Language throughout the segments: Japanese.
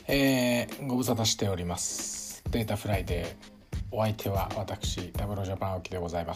ご無沙汰しておりますデータフライデー。お相手は私ダブルジャパン青木でございます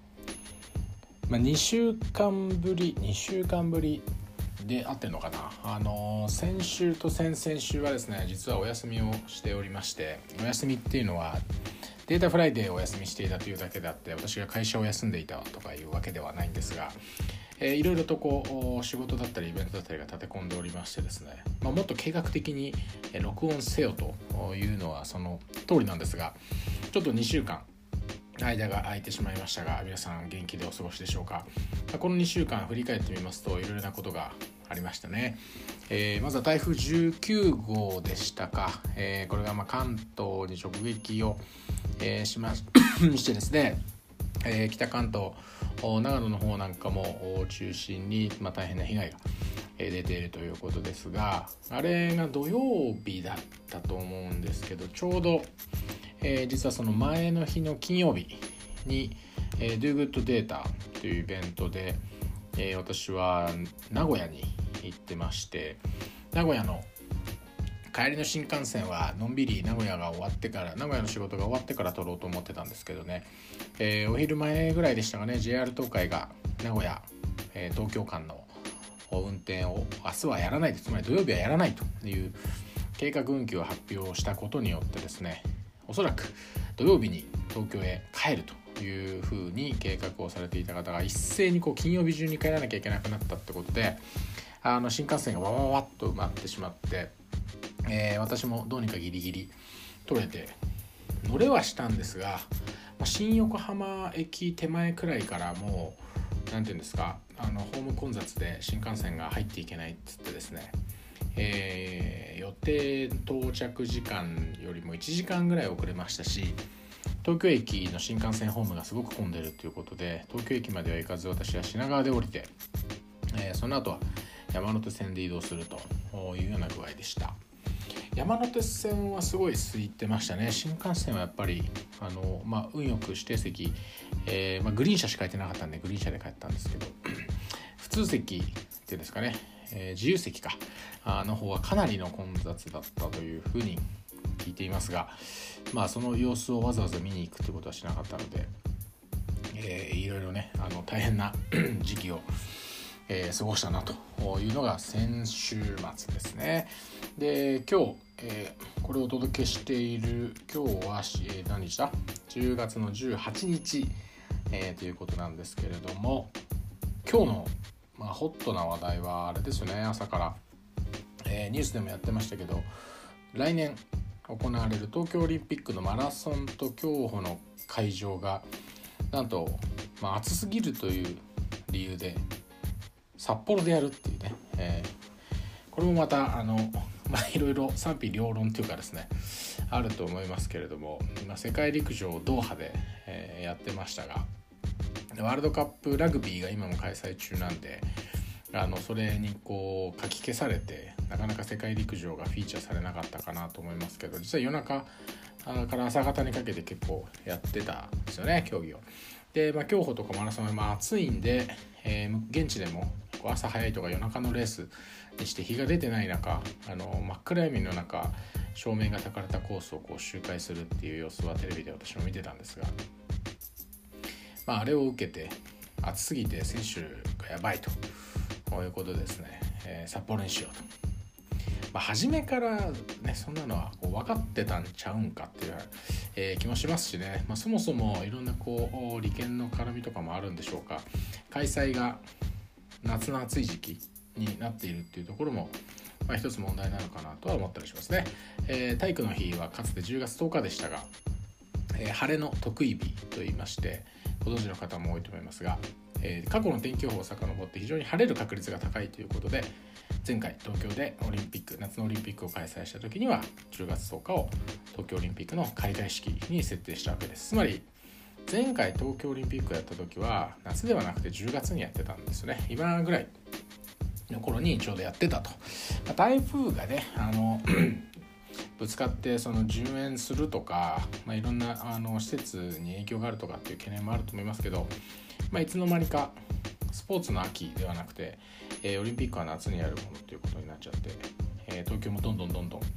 。2週間ぶりで合ってるのかな。先週と先々週はですね、実はお休みをしておりまして、お休みっていうのはデータフライデーをお休みしていたというだけであって、私が会社を休んでいたとかいうわけではないんですが、いろいろと仕事だったりイベントだったりが立て込んでおりましてですね、もっと計画的に録音せよというのはその通りなんですが、ちょっと2週間間が空いてしまいましたが、皆さん元気でお過ごしでしょうか。この2週間振り返ってみますと、いろいろなことがありましたね。まずは台風19号でしたか。これが関東に直撃を、してですね、北関東長野の方なんかも中心に、大変な被害が出ているということですが、あれが土曜日だったと思うんですけど、ちょうど、実はその前の日の金曜日に、Do Good Data というイベントで、私は名古屋に行ってまして、名古屋の帰りの新幹線はのんびり名古屋の仕事が終わってから撮ろうと思ってたんですけどね、お昼前ぐらいでしたかね、 JR 東海が名古屋、東京間の運転を明日はやらないで、つまり土曜日はやらないという計画運休を発表したことによってですね、おそらく土曜日に東京へ帰るというふうに計画をされていた方が一斉に金曜日中に帰らなきゃいけなくなったってことで、新幹線がわっと埋まってしまって、私もどうにかギリギリ取れて乗れはしたんですが、新横浜駅手前くらいからもうなんていうんですか、ホーム混雑で新幹線が入っていけないっつってですね、予定到着時間よりも1時間ぐらい遅れましたし、東京駅の新幹線ホームがすごく混んでるということで、東京駅までは行かず、私は品川で降りて、その後は山手線で移動するというような具合でした。山手線はすごい空いてましたね。新幹線はやっぱり運よく指定席、グリーン車しか空いてなかったんでグリーン車で帰ったんですけど普通席っていうんですかね、自由席かの方はかなりの混雑だったというふうに聞いていますが、その様子をわざわざ見に行くということはしなかったので、いろいろね大変な時期を過ごしたなというのが先週末ですね。で、今日、これをお届けしている今日は、何日だ10月の18日、ということなんですけれども、今日の、ホットな話題はあれですよね。朝から、ニュースでもやってましたけど、来年行われる東京オリンピックのマラソンと競歩の会場がなんと、暑すぎるという理由で札幌でやるっていうね、これもまたいろいろ賛否両論というかですねあると思いますけれども、今世界陸上ドーハで、やってましたが、ワールドカップラグビーが今も開催中なんで、それにかき消されてなかなか世界陸上がフィーチャーされなかったかなと思いますけど、実は夜中から朝方にかけて結構やってたんですよね、競技を。で、競歩とかマラソンは暑いんで、現地でも朝早いとか夜中のレースにして日が出てない中、真っ暗闇の中照明が焚かれたコースを周回するっていう様子はテレビで私も見てたんですが、あれを受けて暑すぎて選手がやばいということでですね、札幌にしようと、初めからねそんなのは分かってたんちゃうんかっていう、気もしますしね、そもそもいろんな利権の絡みとかもあるんでしょうか。開催が夏の暑い時期になっているっていうところも、一つ問題なのかなとは思ったりしますね。体育の日はかつて10月10日でしたが、晴れの得意日と言いましてご存知の方も多いと思いますが、過去の天気予報を遡って非常に晴れる確率が高いということで、前回東京で夏のオリンピックを開催した時には10月10日を東京オリンピックの開会式に設定したわけです。つまり前回東京オリンピックやった時は夏ではなくて10月にやってたんですよね。今ぐらいの頃にちょうどやってたと。台風がねぶつかって順延するとか、いろんな施設に影響があるとかっていう懸念もあると思いますけど、いつの間にかスポーツの秋ではなくて、オリンピックは夏にやるものということになっちゃって、東京もどんどん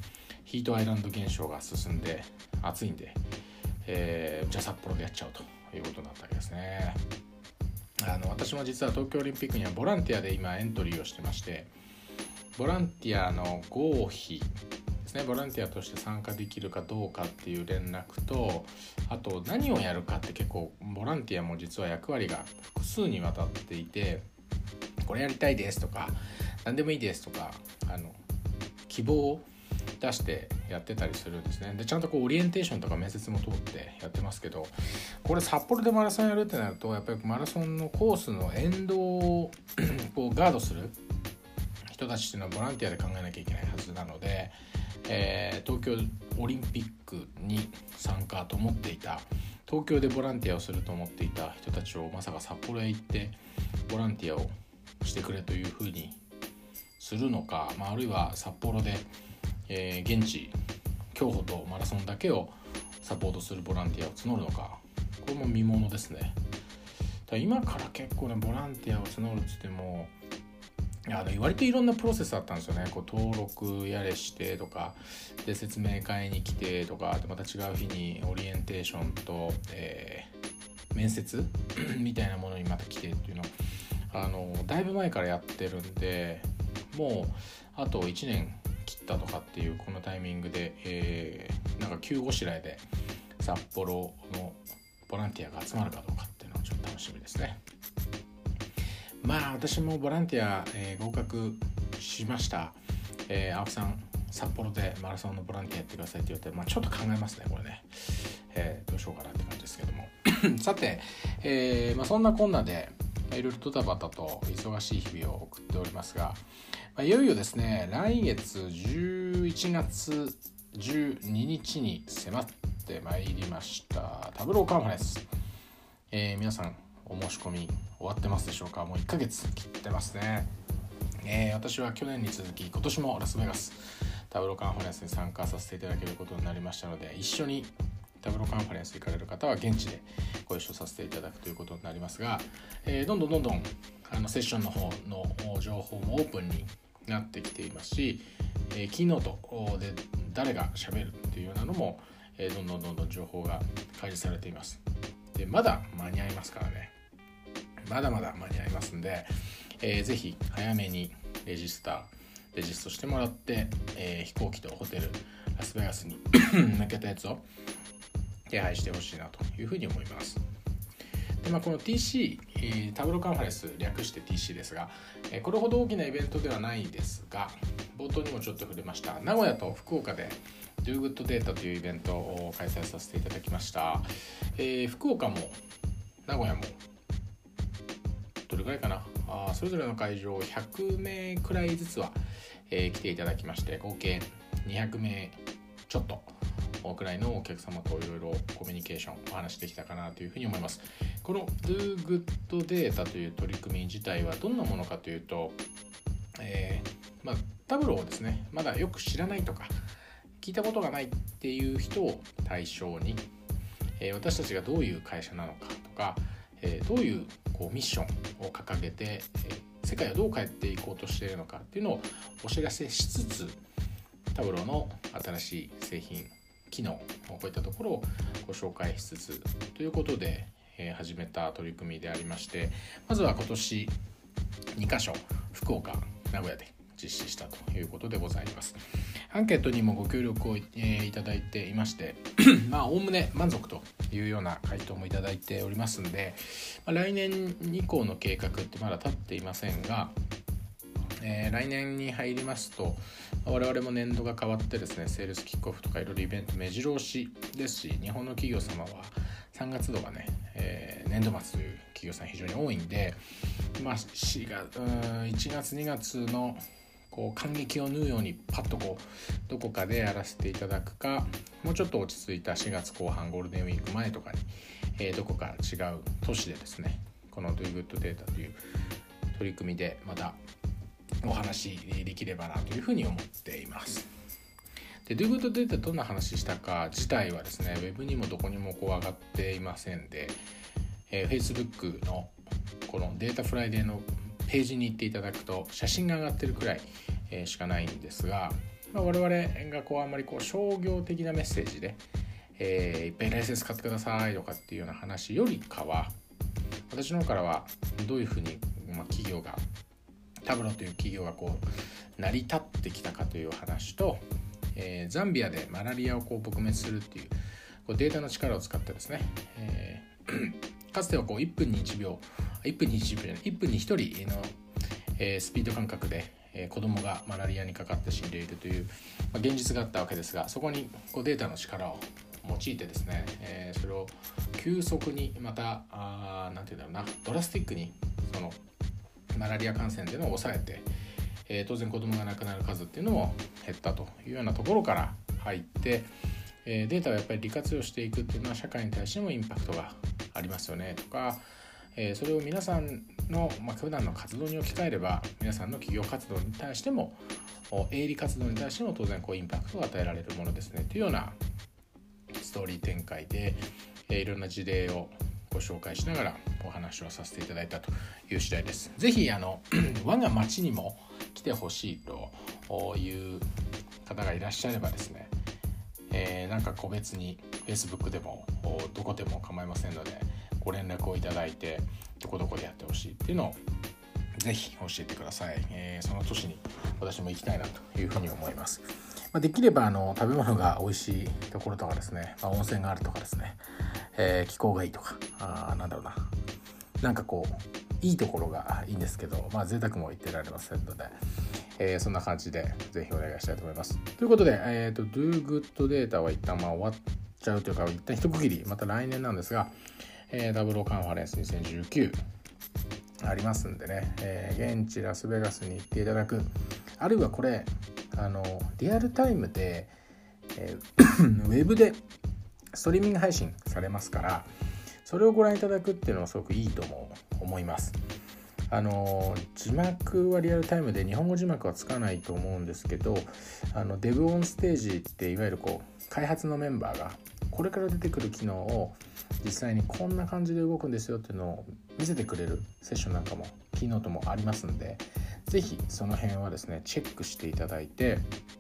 ヒートアイランド現象が進んで暑いんで、じゃあ札幌でやっちゃうということになったわけですね。私も実は東京オリンピックにはボランティアで今エントリーをしてまして、ボランティアの合否ですね、ボランティアとして参加できるかどうかっていう連絡と、あと何をやるかって結構ボランティアも実は役割が複数にわたっていて、これやりたいですとか何でもいいですとか希望を出してやってたりするんですね。でちゃんとオリエンテーションとか面接も通ってやってますけど、これ札幌でマラソンやるってなるとやっぱりマラソンのコースの沿道をガードする人たちっていうのはボランティアで考えなきゃいけないはずなので、東京オリンピックに参加と思っていた、東京でボランティアをすると思っていた人たちをまさか札幌へ行ってボランティアをしてくれというふうにするのか、あるいは札幌で、現地競歩とマラソンだけをサポートするボランティアを募るのか、これも見ものですね。今から結構ねボランティアを募るって言っても割といろんなプロセスあったんですよね。登録やれしてとかで説明会に来てとか、また違う日にオリエンテーションと、面接みたいなものにまた来てっていうのだいぶ前からやってるんで、もうあと1年切ったとかっていうこのタイミングで、なんか急ごしらえで札幌のボランティアが集まるかどうかっていうのはちょっと楽しみですね。私もボランティア、合格しました。青木さん札幌でマラソンのボランティアやってくださいって言われて、ちょっと考えますねこれね、どうしようかなって感じですけどもさて、そんなこんなでいろいろドタバタと忙しい日々を送っておりますが、いよいよですね来月11月12日に迫ってまいりましたタブローカンファレンス、皆さんお申し込み終わってますでしょうか。もう1ヶ月切ってますね。私は去年に続き今年もラスベガスタブローカンファレンスに参加させていただけることになりましたので、一緒にタブローカンファレンス行かれる方は現地でご一緒させていただくということになりますが、どんどんセッションの方の情報もオープンになってきていますし、キーノートで誰が喋るっていうようなのも、どんどん情報が開示されています。でまだ間に合いますからね、まだまだ間に合いますんで、ぜひ早めにレジストしてもらって、飛行機とホテルラスベガスに抜けたやつを手配してほしいなというふうに思います。でこの TC、タブローカンファレンス略して TC ですが、これほど大きなイベントではないですが、冒頭にもちょっと触れました名古屋と福岡で Do Good Data というイベントを開催させていただきました。福岡も名古屋もどれくらいかな、それぞれの会場100名くらいずつは、来ていただきまして、合計200名ちょっとくらいのお客様といろいろコミュニケーションお話できたかなというふうに思います。この Do Good Data という取り組み自体はどんなものかというと、タブローをですねまだよく知らないとか聞いたことがないっていう人を対象に、私たちがどういう会社なのかとか、どういうミッションを掲げて、世界をどう変えていこうとしているのかっていうのをお知らせしつつ、タブローの新しい製品機能こういったところをご紹介しつつということで、始めた取り組みでありまして、まずは今年2カ所福岡名古屋で実施したということでございます。アンケートにもご協力をいただいていましておおむね満足というような回答もいただいておりますので、来年以降の計画ってまだ立っていませんが、来年に入りますと我々も年度が変わってですね、セールスキックオフとかいろいろイベント目白押しですし、日本の企業様は3月度がね、年度末という企業さん非常に多いんで、1月2月の感激を縫うようにパッとどこかでやらせていただくか、もうちょっと落ち着いた4月後半ゴールデンウィーク前とかに、どこか違う都市でですね、この Do Good Data という取り組みでまたお話できればなというふうに思っています。で Do Good Data どんな話したか自体はですね、ウェブにもどこにも上がっていませんで、Facebook のこのデータフライデーのページに行っていただくと写真が上がってるくらいしかないんですが、 我々があんまり商業的なメッセージで、いっぱいライセンス買ってくださいとかっていうような話よりかは、私の方からはどういうふうに、企業がタブロという企業が成り立ってきたかという話と、ザンビアでマラリアを撲滅するっていうデータの力を使ってですね、かつては1分に1人の、スピード感覚で、子供がマラリアにかかって死んでいるという、現実があったわけですが、そこにデータの力を用いてですね、それを急速にまたドラスティックにそのマラリア感染でのを抑えて、当然子どもが亡くなる数っていうのも減ったというようなところから入って、データをやっぱり利活用していくっていうのは社会に対してもインパクトがありますよねとか、それを皆さんの、普段の活動に置き換えれば、皆さんの企業活動に対しても営利活動に対しても当然インパクトが与えられるものですねというようなストーリー展開で、いろんな事例をご紹介しながらお話をさせていただいたという次第です。ぜひ我が町にも来てほしいという方がいらっしゃればですね、個別に Facebook でもどこでも構いませんのでご連絡をいただいて、どこでやってほしいっていうのをぜひ教えてください。その年に私も行きたいなというふうに思います。できれば食べ物が美味しいところとかですね、温泉があるとかですね、気候がいいとか、いいところがいいんですけど、贅沢も言ってられませんので、そんな感じでぜひお願いしたいと思います。ということで、Do Good Data は一旦終わっちゃうというか、一旦一区切り、また来年なんですが、ダブローカンファレンス2019ありますんでね、現地ラスベガスに行っていただく、あるいはこれリアルタイムで、ウェブでストリーミング配信されますから、それをご覧いただくっていうのはすごくいいと思います。字幕はリアルタイムで日本語字幕はつかないと思うんですけど、デブオンステージっていわゆる開発のメンバーがこれから出てくる機能を実際にこんな感じで動くんですよっていうのを見せてくれるセッションなんかもキーノートもありますんで、ぜひその辺はですねチェックしていただいて、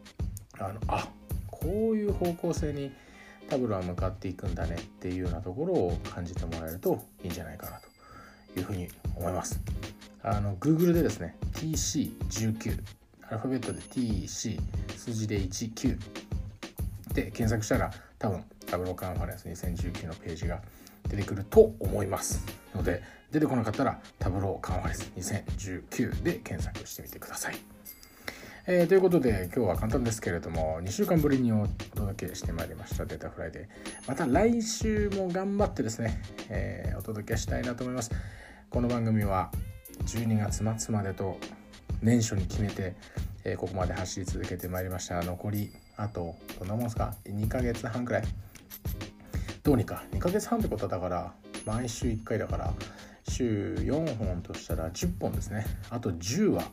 こういう方向性にタブロは向かっていくんだねっていうようなところを感じてもらえるといいんじゃないかなというふうに思います。Google でですね TC19 アルファベットで TC 数字で19で検索したら多分タブローカンファレンス2019のページが出てくると思いますので、出てこなかったらタブローカンファレンス2019で検索してみてください。ということで今日は簡単ですけれども2週間ぶりにお届けしてまいりましたデータフライデー。また来週も頑張ってですね、お届けしたいなと思います。この番組は12月末までと年初に決めて、ここまで走り続けてまいりました。残りあとどんなもんですか、2ヶ月半くらい、どうにか2ヶ月半ってことだから毎週1回だから週4本としたら10本ですね。あと10話、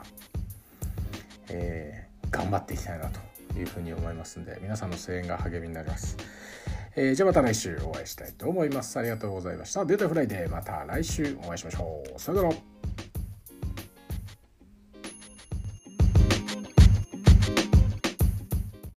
頑張っていきたいなというふうに思いますので、皆さんの声援が励みになります。じゃあまた来週お会いしたいと思います。ありがとうございました。データフライデー、また来週お会いしましょう。さよなら。